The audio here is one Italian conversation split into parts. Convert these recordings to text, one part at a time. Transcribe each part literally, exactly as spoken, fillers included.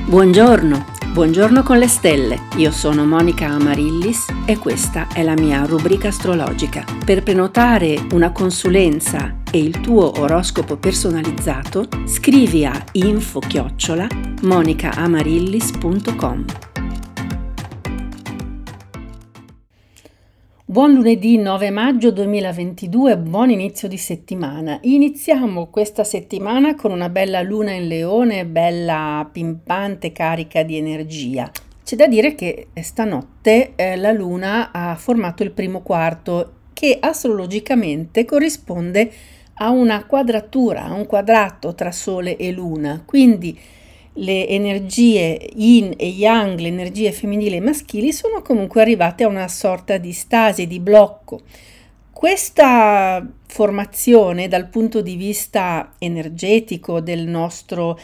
Buongiorno, buongiorno con le stelle. Io sono Monica Amarillis e questa è la mia rubrica astrologica. Per prenotare una consulenza e il tuo oroscopo personalizzato, scrivi a info chiocciola monicamarillis punto com. Buon lunedì nove maggio duemilaventidue, buon inizio di settimana. Iniziamo questa settimana con una bella luna in Leone, bella pimpante, carica di energia. C'è da dire che stanotte eh, la luna ha formato il primo quarto, che astrologicamente corrisponde a una quadratura, a un quadrato tra Sole e Luna, quindi le energie yin e yang, le energie femminili e maschili, sono comunque arrivate a una sorta di stasi, di blocco. Questa formazione dal punto di vista energetico del nostro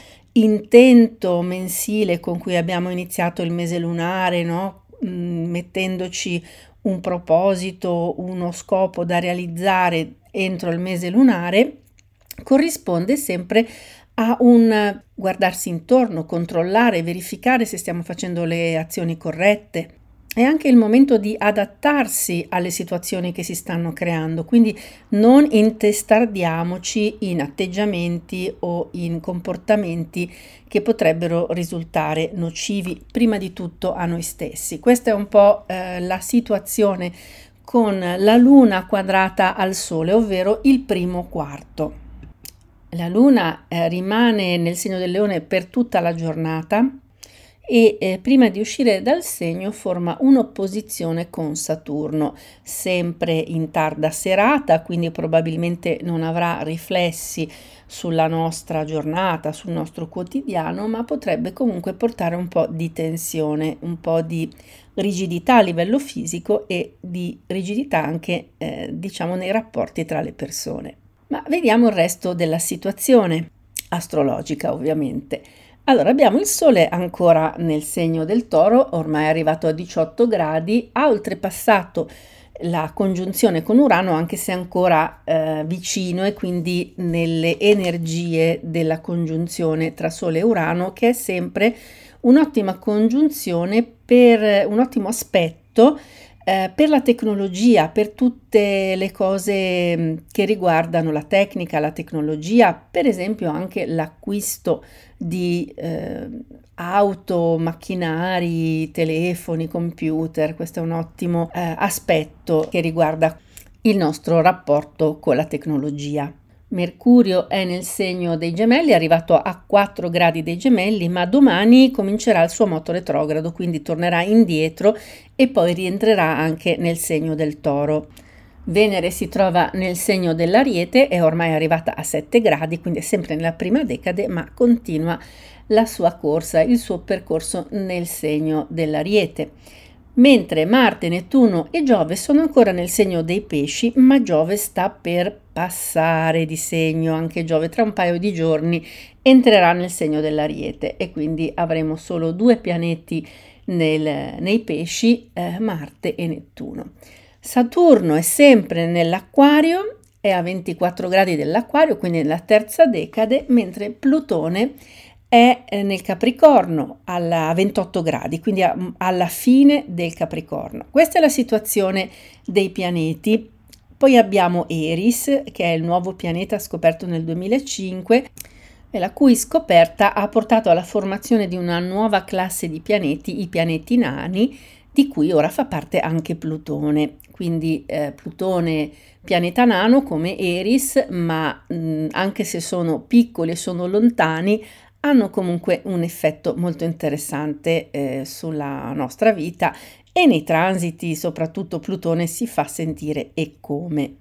intento mensile con cui abbiamo iniziato il mese lunare, no? Mm, mettendoci un proposito, uno scopo da realizzare entro il mese lunare, corrisponde sempre a un guardarsi intorno, controllare, verificare se stiamo facendo le azioni corrette. È anche il momento di adattarsi alle situazioni che si stanno creando, quindi non intestardiamoci in atteggiamenti o in comportamenti che potrebbero risultare nocivi, prima di tutto a noi stessi. Questa è un po' eh, la situazione con la luna quadrata al sole, ovvero il primo quarto. La luna eh, rimane nel segno del leone per tutta la giornata e eh, prima di uscire dal segno forma un'opposizione con Saturno, sempre in tarda serata, quindi probabilmente non avrà riflessi sulla nostra giornata, sul nostro quotidiano, ma potrebbe comunque portare un po' di tensione, un po' di rigidità a livello fisico e di rigidità anche eh, diciamo nei rapporti tra le persone. Ma vediamo il resto della situazione astrologica, ovviamente. Allora, abbiamo il Sole ancora nel segno del Toro, ormai è arrivato a diciotto gradi, ha oltrepassato la congiunzione con Urano, anche se ancora eh, vicino e quindi nelle energie della congiunzione tra Sole e Urano, che è sempre un'ottima congiunzione per un ottimo aspetto Eh, per la tecnologia, per tutte le cose mh, che riguardano la tecnica, la tecnologia, per esempio anche l'acquisto di eh, auto, macchinari, telefoni, computer. Questo è un ottimo eh, aspetto che riguarda il nostro rapporto con la tecnologia. Mercurio è nel segno dei Gemelli, è arrivato a quattro gradi dei Gemelli, ma domani comincerà il suo moto retrogrado, quindi tornerà indietro e poi rientrerà anche nel segno del Toro. Venere si trova nel segno dell'Ariete, è ormai arrivata a sette gradi, quindi è sempre nella prima decade, ma continua la sua corsa, il suo percorso nel segno dell'Ariete. Mentre Marte, Nettuno e Giove sono ancora nel segno dei Pesci, ma Giove sta per passare di segno, anche Giove tra un paio di giorni entrerà nel segno dell'Ariete e quindi avremo solo due pianeti nel, nei Pesci, eh, Marte e Nettuno. Saturno è sempre nell'Acquario, è a ventiquattro gradi dell'Acquario, quindi nella terza decade, mentre Plutone è nel Capricorno a ventotto gradi, quindi alla fine del Capricorno. Questa è la situazione dei pianeti. Poi abbiamo Eris, che è il nuovo pianeta scoperto nel duemilacinque, e la cui scoperta ha portato alla formazione di una nuova classe di pianeti, i pianeti nani, di cui ora fa parte anche Plutone. Quindi eh, Plutone pianeta nano come Eris, ma mh, anche se sono piccoli e sono lontani, hanno comunque un effetto molto interessante eh, sulla nostra vita e nei transiti, soprattutto Plutone si fa sentire e come.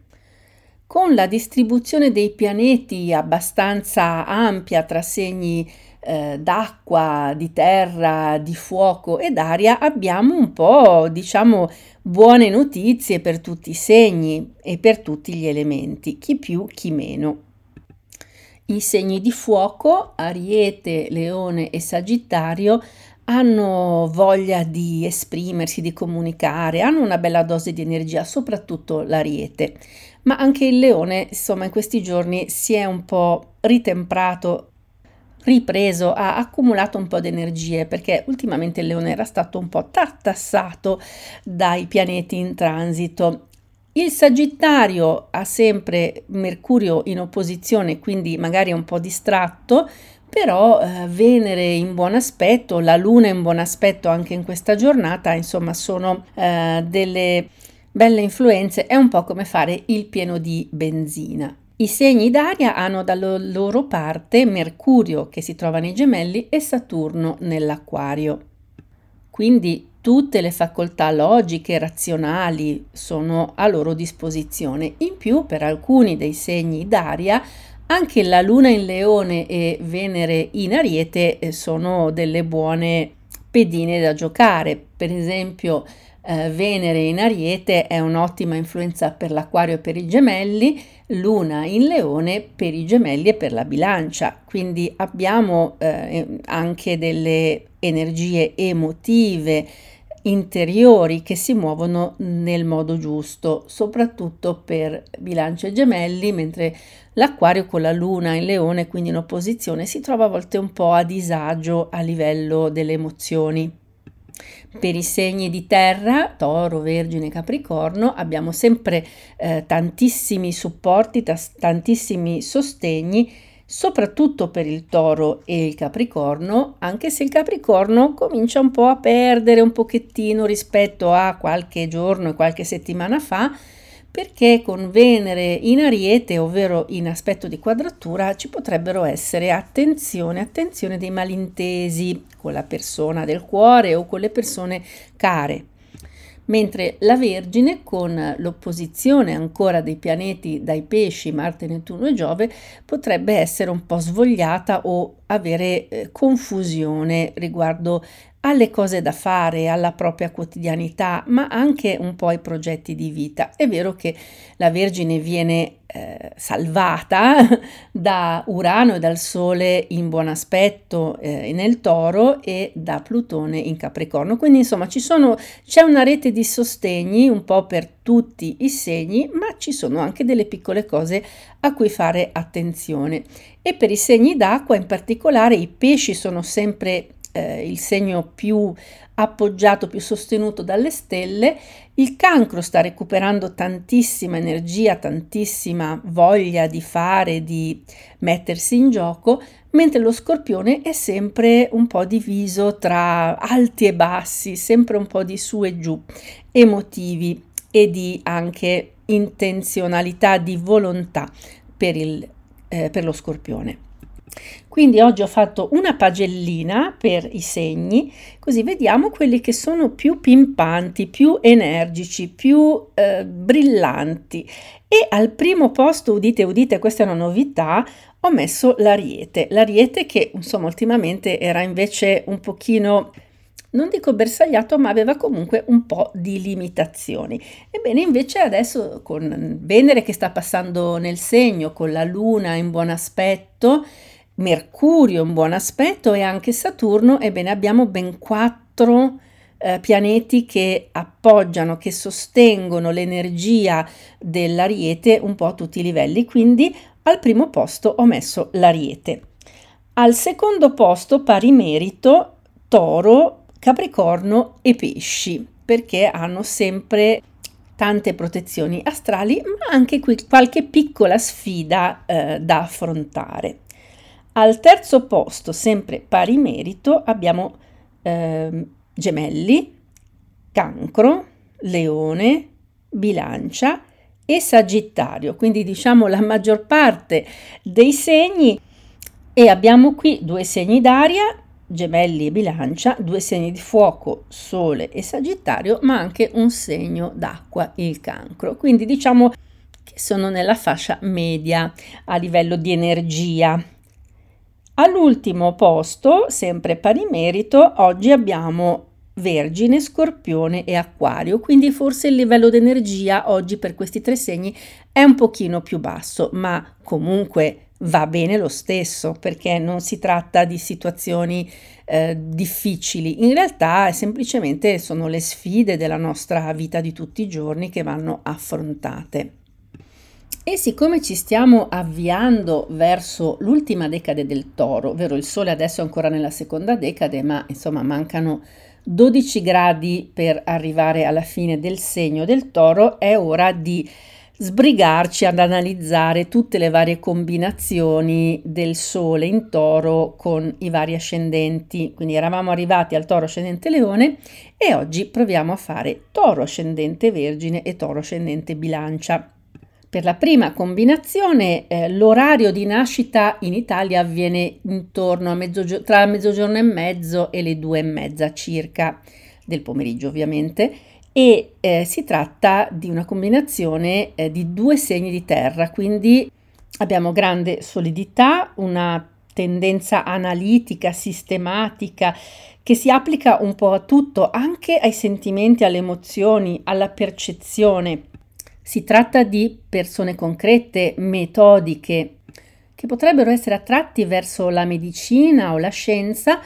Con la distribuzione dei pianeti abbastanza ampia tra segni eh, d'acqua, di terra, di fuoco ed aria, abbiamo un po', diciamo, buone notizie per tutti i segni e per tutti gli elementi, chi più, chi meno. I segni di fuoco, Ariete, Leone e Sagittario, hanno voglia di esprimersi, di comunicare, hanno una bella dose di energia, soprattutto l'Ariete. Ma anche il Leone, insomma, in questi giorni si è un po' ritemprato ripreso, ha accumulato un po' di energie, perché ultimamente il Leone era stato un po' tartassato dai pianeti in transito. Il Sagittario ha sempre Mercurio in opposizione, quindi magari è un po' distratto, però eh, Venere in buon aspetto, la Luna in buon aspetto anche in questa giornata, insomma sono eh, delle belle influenze, è un po' come fare il pieno di benzina. I segni d'aria hanno dalla loro parte Mercurio che si trova nei Gemelli e Saturno nell'Acquario. Quindi tutte le facoltà logiche e razionali sono a loro disposizione. In più, per alcuni dei segni d'aria, anche la Luna in Leone e Venere in Ariete sono delle buone pedine da giocare. Per esempio, eh, Venere in Ariete è un'ottima influenza per l'Acquario e per i Gemelli, Luna in Leone per i Gemelli e per la Bilancia. Quindi abbiamo eh, anche delle energie emotive interiori che si muovono nel modo giusto, soprattutto per Bilancia e Gemelli, mentre l'Acquario con la Luna in Leone, quindi in opposizione, si trova a volte un po' a disagio a livello delle emozioni. Per i segni di terra, Toro, Vergine, Capricorno, abbiamo sempre eh, tantissimi supporti, tas- tantissimi sostegni, soprattutto per il Toro e il Capricorno, anche se il Capricorno comincia un po' a perdere un pochettino rispetto a qualche giorno e qualche settimana fa, perché con Venere in Ariete, ovvero in aspetto di quadratura, ci potrebbero essere attenzione, attenzione dei malintesi con la persona del cuore o con le persone care. Mentre la Vergine, con l'opposizione ancora dei pianeti dai pesci, Marte, Nettuno e Giove, potrebbe essere un po' svogliata o avere eh, confusione riguardo alle cose da fare, alla propria quotidianità, ma anche un po' ai progetti di vita. È vero che la Vergine viene eh, salvata da Urano e dal Sole in buon aspetto eh, nel Toro e da Plutone in Capricorno. Quindi insomma ci sono, c'è una rete di sostegni un po' per tutti i segni, ma ci sono anche delle piccole cose a cui fare attenzione. E per i segni d'acqua in particolare i pesci sono sempre eh, il segno più appoggiato, più sostenuto dalle stelle. Il Cancro sta recuperando tantissima energia, tantissima voglia di fare, di mettersi in gioco, mentre lo Scorpione è sempre un po' diviso tra alti e bassi, sempre un po' di su e giù, emotivi e di anche intenzionalità, di volontà per, il, eh, per lo Scorpione. Quindi oggi ho fatto una pagellina per i segni, così vediamo quelli che sono più pimpanti, più energici, più eh, brillanti. E al primo posto, udite udite, questa è una novità, ho messo l'Ariete. L'Ariete che insomma ultimamente era invece un pochino, non dico bersagliato, ma aveva comunque un po' di limitazioni. Ebbene, invece adesso con Venere che sta passando nel segno, con la Luna in buon aspetto, Mercurio in buon aspetto e anche Saturno, ebbene abbiamo ben quattro eh, pianeti che appoggiano, che sostengono l'energia dell'Ariete un po' a tutti i livelli, quindi al primo posto ho messo l'Ariete. Al secondo posto pari merito Toro, Capricorno e Pesci, perché hanno sempre tante protezioni astrali, ma anche qui qualche piccola sfida eh, da affrontare. Al terzo posto, sempre pari merito, abbiamo eh, Gemelli, Cancro, Leone, Bilancia e Sagittario, quindi diciamo la maggior parte dei segni, e abbiamo qui due segni d'aria, Gemelli e Bilancia, due segni di fuoco, Sole e Sagittario, ma anche un segno d'acqua, il Cancro. Quindi diciamo che sono nella fascia media a livello di energia. All'ultimo posto, sempre pari merito, oggi abbiamo Vergine, Scorpione e Acquario, quindi forse il livello di energia oggi per questi tre segni è un pochino più basso, ma comunque va bene lo stesso, perché non si tratta di situazioni eh, difficili, in realtà è semplicemente sono le sfide della nostra vita di tutti i giorni che vanno affrontate. E siccome ci stiamo avviando verso l'ultima decade del Toro, ovvero il Sole adesso è ancora nella seconda decade, ma insomma mancano dodici gradi per arrivare alla fine del segno del Toro, è ora di sbrigarci ad analizzare tutte le varie combinazioni del Sole in Toro con i vari ascendenti. Quindi eravamo arrivati al Toro ascendente Leone e oggi proviamo a fare Toro ascendente Vergine e Toro ascendente Bilancia. Per la prima combinazione eh, l'orario di nascita in Italia avviene intorno a mezzogio- tra mezzogiorno e mezzo e le due e mezza circa del pomeriggio ovviamente, e eh, si tratta di una combinazione eh, di due segni di terra, quindi abbiamo grande solidità, una tendenza analitica, sistematica, che si applica un po' a tutto, anche ai sentimenti, alle emozioni, alla percezione. Si tratta di persone concrete, metodiche, che potrebbero essere attratti verso la medicina o la scienza,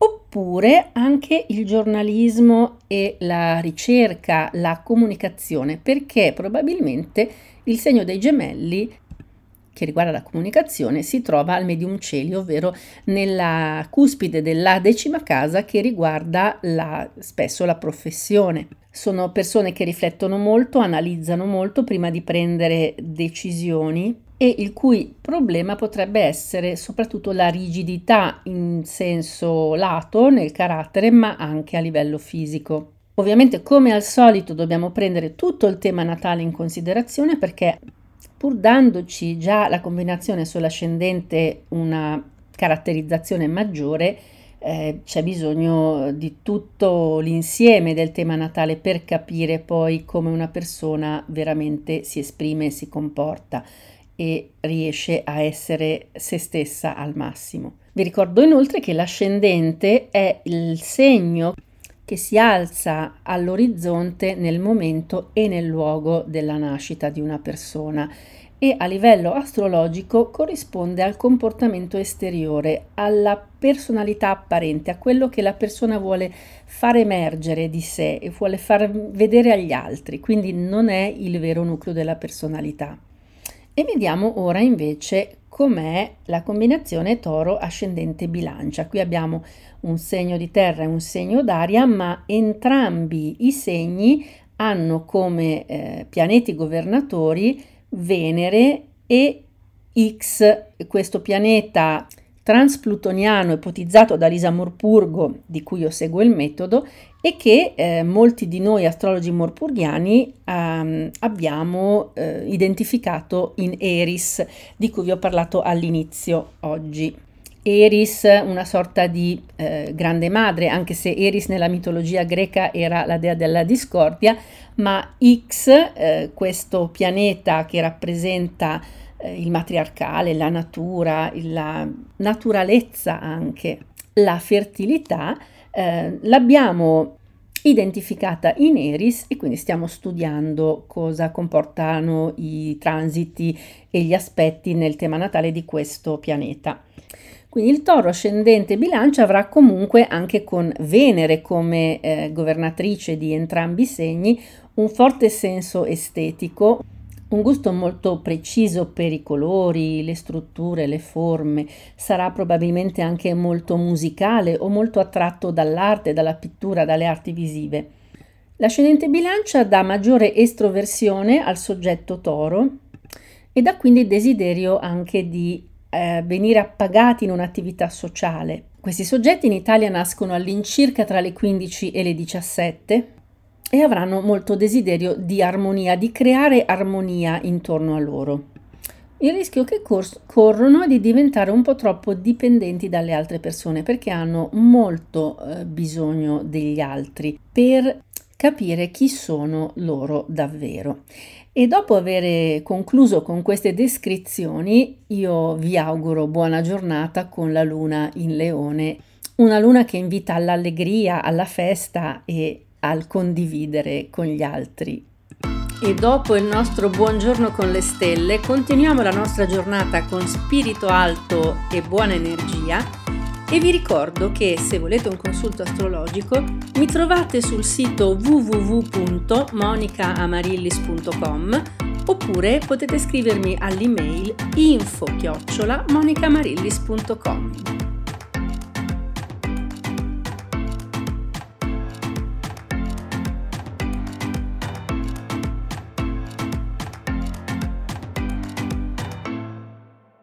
oppure anche il giornalismo e la ricerca, la comunicazione, perché probabilmente il segno dei Gemelli, che riguarda la comunicazione, si trova al medium celi, ovvero nella cuspide della decima casa che riguarda la, spesso la professione. Sono persone che riflettono molto, analizzano molto prima di prendere decisioni e il cui problema potrebbe essere soprattutto la rigidità in senso lato nel carattere, ma anche a livello fisico. Ovviamente, come al solito, dobbiamo prendere tutto il tema natale in considerazione, perché pur dandoci già la combinazione sull'ascendente una caratterizzazione maggiore, eh, c'è bisogno di tutto l'insieme del tema natale per capire poi come una persona veramente si esprime e si comporta e riesce a essere se stessa al massimo. Vi ricordo inoltre che l'ascendente è il segno che si alza all'orizzonte nel momento e nel luogo della nascita di una persona e a livello astrologico corrisponde al comportamento esteriore, alla personalità apparente, a quello che la persona vuole far emergere di sé e vuole far vedere agli altri, quindi non è il vero nucleo della personalità. E vediamo ora invece com'è la combinazione Toro ascendente Bilancia. Qui abbiamo un segno di terra e un segno d'aria, ma entrambi i segni hanno come eh, pianeti governatori Venere e X, questo pianeta transplutoniano ipotizzato da Lisa Morpurgo, di cui io seguo il metodo, e che eh, molti di noi astrologi morpurghiani um, abbiamo eh, identificato in Eris, di cui vi ho parlato all'inizio oggi. Eris, una sorta di eh, grande madre, anche se Eris nella mitologia greca era la dea della discordia, ma X, eh, questo pianeta che rappresenta eh, il matriarcale, la natura, la naturalezza anche, la fertilità, eh, l'abbiamo identificata in Eris e quindi stiamo studiando cosa comportano i transiti e gli aspetti nel tema natale di questo pianeta. Quindi il Toro ascendente Bilancia avrà comunque, anche con Venere come eh, governatrice di entrambi i segni, un forte senso estetico, un gusto molto preciso per i colori, le strutture, le forme. Sarà probabilmente anche molto musicale o molto attratto dall'arte, dalla pittura, dalle arti visive. L'ascendente Bilancia dà maggiore estroversione al soggetto Toro e dà quindi il desiderio anche di eh, venire appagati in un'attività sociale. Questi soggetti in Italia nascono all'incirca tra le quindici e le diciassette e avranno molto desiderio di armonia, di creare armonia intorno a loro. Il rischio che cor- corrono è di diventare un po' troppo dipendenti dalle altre persone, perché hanno molto eh, bisogno degli altri per capire chi sono loro davvero. E dopo aver concluso con queste descrizioni, io vi auguro buona giornata con la luna in Leone, una luna che invita all'allegria, alla festa e al condividere con gli altri. E dopo il nostro buongiorno con le stelle, continuiamo la nostra giornata con spirito alto e buona energia. E vi ricordo che se volete un consulto astrologico mi trovate sul sito w w w punto monica amarillis punto com oppure potete scrivermi all'email info chiocciola monicamarillis punto com.